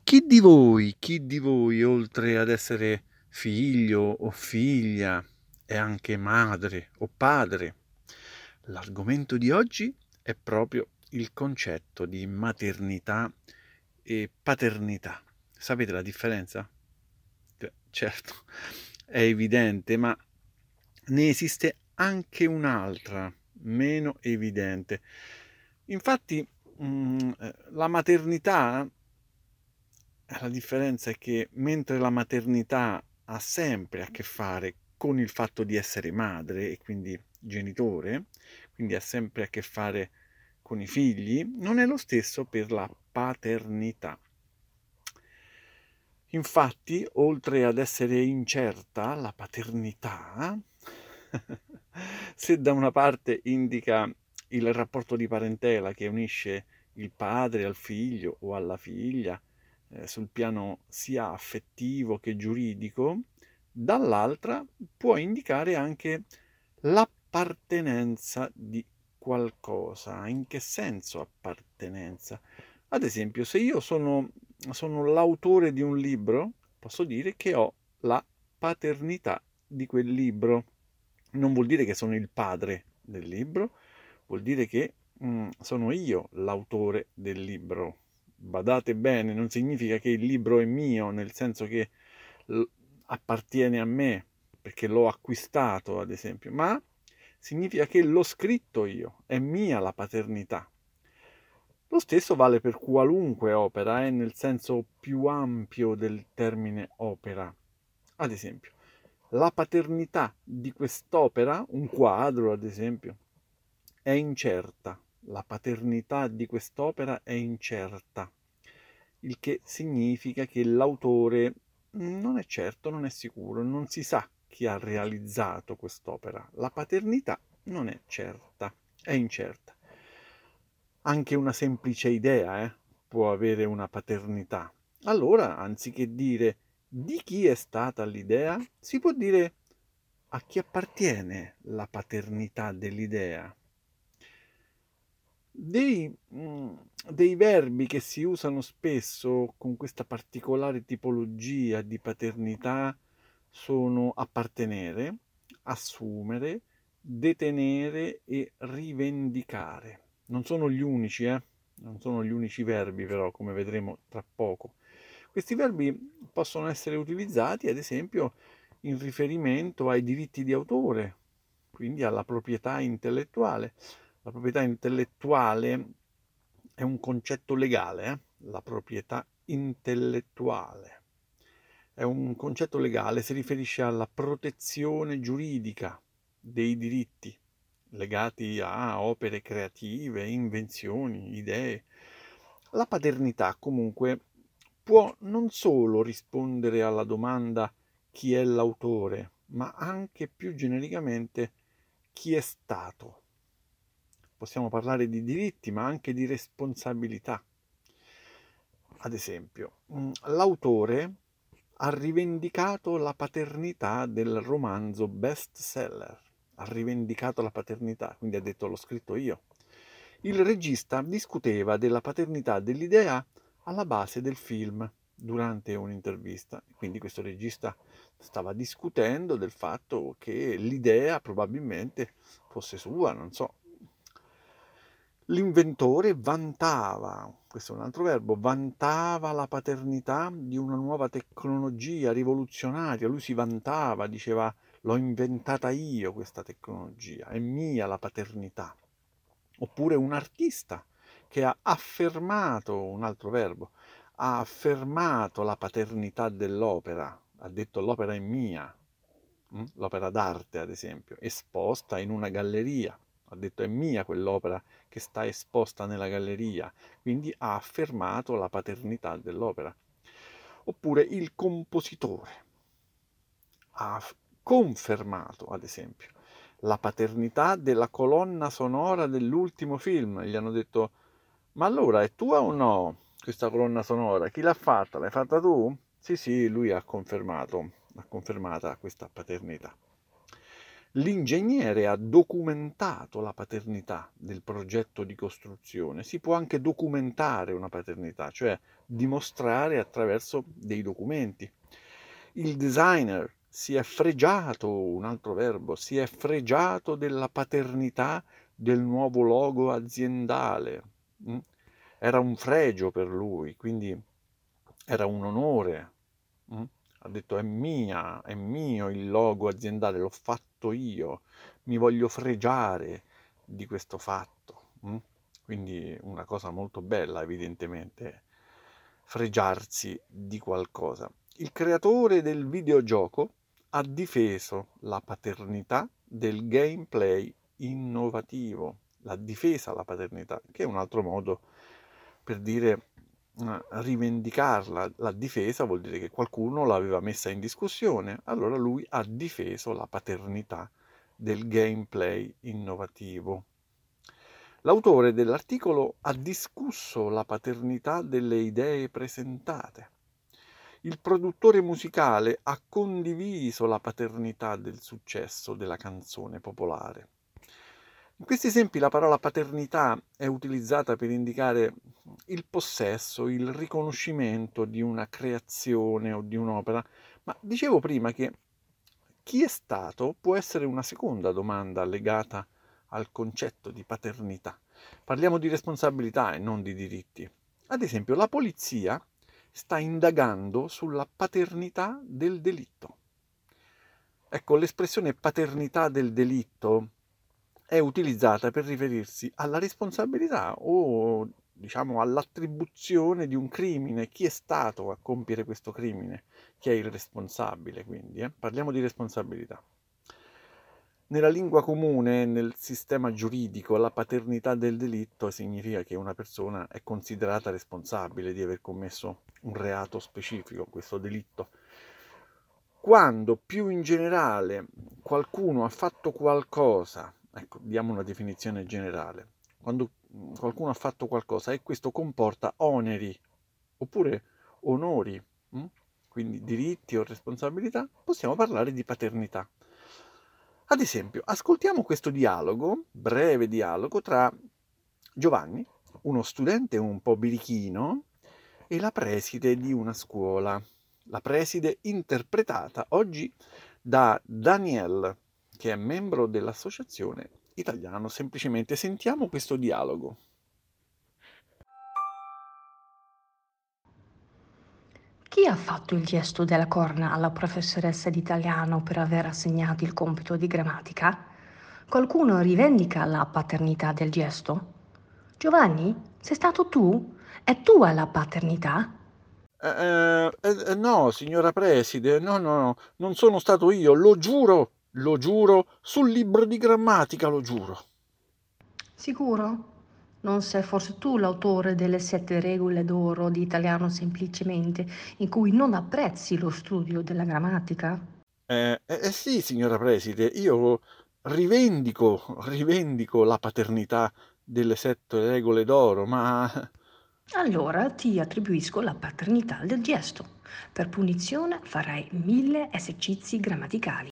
Chi di voi, oltre ad essere figlio o figlia, è anche madre o padre? L'argomento di oggi è proprio il concetto di maternità e paternità. Sapete la differenza? Certo, è evidente, ma ne esiste anche un'altra, meno evidente. Infatti, la maternità, la differenza è che mentre la maternità ha sempre a che fare con il fatto di essere madre e quindi genitore, quindi ha sempre a che fare con i figli, non è lo stesso per la paternità. Infatti, oltre ad essere incerta la paternità, se da una parte indica il rapporto di parentela che unisce il padre al figlio o alla figlia, sul piano sia affettivo che giuridico, dall'altra può indicare anche l'appartenenza di qualcosa. In che senso appartenenza? Ad esempio, se io sono l'autore di un libro, posso dire che ho la paternità di quel libro. Non vuol dire che sono il padre del libro, vuol dire che sono io l'autore del libro. Badate bene, non significa che il libro è mio, nel senso che l- appartiene a me, perché l'ho acquistato, ad esempio, ma significa che l'ho scritto io, è mia la paternità. Lo stesso vale per qualunque opera, nel senso più ampio del termine opera. Ad esempio, la paternità di quest'opera, un quadro ad esempio, è incerta. La paternità di quest'opera è incerta, il che significa che l'autore non è certo, non è sicuro, non si sa chi ha realizzato quest'opera. La paternità non è certa, è incerta. Anche una semplice idea, può avere una paternità. Allora, anziché dire di chi è stata l'idea, si può dire a chi appartiene la paternità dell'idea. Dei verbi che si usano spesso con questa particolare tipologia di paternità sono appartenere, assumere, detenere e rivendicare. Non sono gli unici, Non sono gli unici verbi, però, come vedremo tra poco. Questi verbi possono essere utilizzati, ad esempio, in riferimento ai diritti di autore, quindi alla proprietà intellettuale. La proprietà intellettuale è un concetto legale, La proprietà intellettuale è un concetto legale, si riferisce alla protezione giuridica dei diritti legati a opere creative, invenzioni, idee. La paternità comunque può non solo rispondere alla domanda chi è l'autore, ma anche più genericamente chi è stato. Possiamo parlare di diritti, ma anche di responsabilità. Ad esempio, l'autore ha rivendicato la paternità del romanzo bestseller. Ha rivendicato la paternità, quindi ha detto l'ho scritto io. Il regista discuteva della paternità dell'idea alla base del film durante un'intervista. Quindi questo regista stava discutendo del fatto che l'idea probabilmente fosse sua, non so. L'inventore vantava, questo è un altro verbo, vantava la paternità di una nuova tecnologia rivoluzionaria. Lui si vantava, diceva l'ho inventata io questa tecnologia, è mia la paternità. Oppure un artista che ha affermato, un altro verbo, ha affermato la paternità dell'opera, ha detto l'opera è mia, l'opera d'arte ad esempio, esposta in una galleria, ha detto è mia quell'opera che sta esposta nella galleria, quindi ha affermato la paternità dell'opera. Oppure il compositore ha confermato, ad esempio, la paternità della colonna sonora dell'ultimo film. Gli hanno detto, ma allora è tua o no questa colonna sonora? Chi l'ha fatta? L'hai fatta tu? Sì, sì, lui ha confermata questa paternità. L'ingegnere ha documentato la paternità del progetto di costruzione. Si può anche documentare una paternità, cioè dimostrare attraverso dei documenti. Il designer si è fregiato, un altro verbo, si è fregiato della paternità del nuovo logo aziendale. Mm? Era un fregio per lui, quindi era un onore. Mm? Ha detto è mio il logo aziendale, l'ho fatto io, mi voglio fregiare di questo fatto. Quindi una cosa molto bella, evidentemente, fregiarsi di qualcosa. Il creatore del videogioco ha difeso la paternità del gameplay innovativo, l'ha difesa la paternità, che è un altro modo per dire rivendicarla. La difesa vuol dire che qualcuno l'aveva messa in discussione, allora lui ha difeso la paternità del gameplay innovativo. L'autore dell'articolo ha discusso la paternità delle idee presentate. Il produttore musicale ha condiviso la paternità del successo della canzone popolare. In questi esempi la parola paternità è utilizzata per indicare il possesso, il riconoscimento di una creazione o di un'opera, ma dicevo prima che chi è stato può essere una seconda domanda legata al concetto di paternità. Parliamo di responsabilità e non di diritti. Ad esempio, la polizia sta indagando sulla paternità del delitto. Ecco, l'espressione paternità del delitto è utilizzata per riferirsi alla responsabilità o, diciamo, all'attribuzione di un crimine. Chi è stato a compiere questo crimine? Chi è il responsabile, quindi? Parliamo di responsabilità. Nella lingua comune, nel sistema giuridico, la paternità del delitto significa che una persona è considerata responsabile di aver commesso un reato specifico, questo delitto. Quando più in generale qualcuno ha fatto qualcosa, ecco, diamo una definizione generale, quando qualcuno ha fatto qualcosa e questo comporta oneri oppure onori, quindi diritti o responsabilità, possiamo parlare di paternità. Ad esempio, ascoltiamo questo dialogo, breve dialogo, tra Giovanni, uno studente un po' birichino, e la preside di una scuola. La preside interpretata oggi da Daniel, che è membro dell'Associazione Italiano Semplicemente. Sentiamo questo dialogo. Chi ha fatto il gesto della corna alla professoressa di italiano per aver assegnato il compito di grammatica? Qualcuno rivendica la paternità del gesto? Giovanni, sei stato tu? È tua la paternità? No, signora preside, no, non sono stato io, lo giuro, sul libro di grammatica, lo giuro. Sicuro? Non sei forse tu l'autore delle 7 regole d'oro di italiano semplicemente, in cui non apprezzi lo studio della grammatica? Sì, signora preside, io rivendico la paternità delle 7 regole d'oro, ma Allora ti attribuisco la paternità del gesto. Per punizione farai 1000 esercizi grammaticali.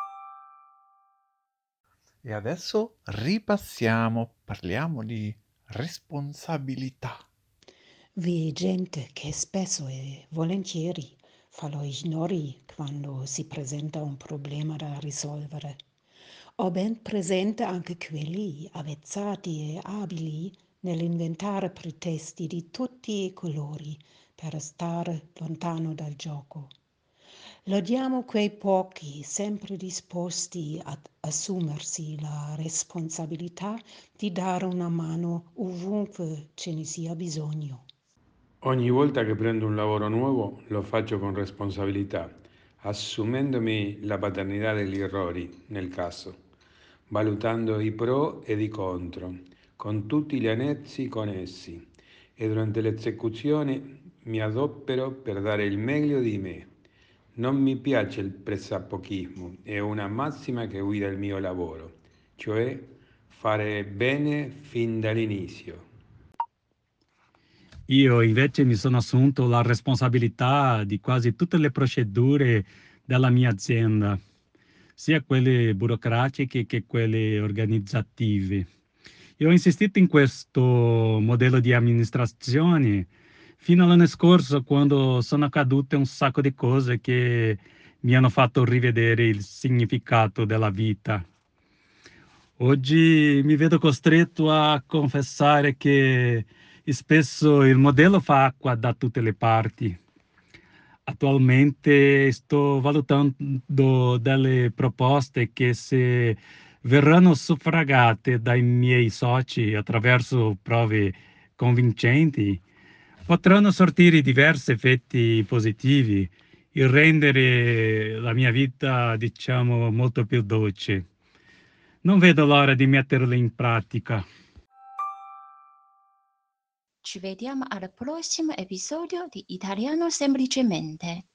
E adesso ripassiamo, parliamo di responsabilità. Vi gente che spesso e volentieri fa lo ignori quando si presenta un problema da risolvere. Ho ben presente anche quelli avvezzati e abili nell'inventare pretesti di tutti i colori per stare lontano dal gioco. Lodiamo quei pochi sempre disposti ad assumersi la responsabilità di dare una mano ovunque ce ne sia bisogno. Ogni volta che prendo un lavoro nuovo lo faccio con responsabilità, assumendomi la paternità degli errori, nel caso, valutando i pro ed i contro, con tutti gli annessi connessi, e durante l'esecuzione mi adopero per dare il meglio di me. Non mi piace il pressapochismo, è una massima che guida il mio lavoro, cioè fare bene fin dall'inizio. Io invece mi sono assunto la responsabilità di quasi tutte le procedure della mia azienda. sia quelle burocratiche che quelle organizzative. Io ho insistito in questo modello di amministrazione fino all'anno scorso, quando sono accadute un sacco di cose che mi hanno fatto rivedere il significato della vita. Oggi mi vedo costretto a confessare che spesso il modello fa acqua da tutte le parti. Attualmente sto valutando delle proposte che, se verranno suffragate dai miei soci attraverso prove convincenti, potranno sortire diversi effetti positivi e rendere la mia vita, diciamo, molto più dolce. Non vedo l'ora di metterle in pratica. Ci vediamo al prossimo episodio di Italiano Semplicemente.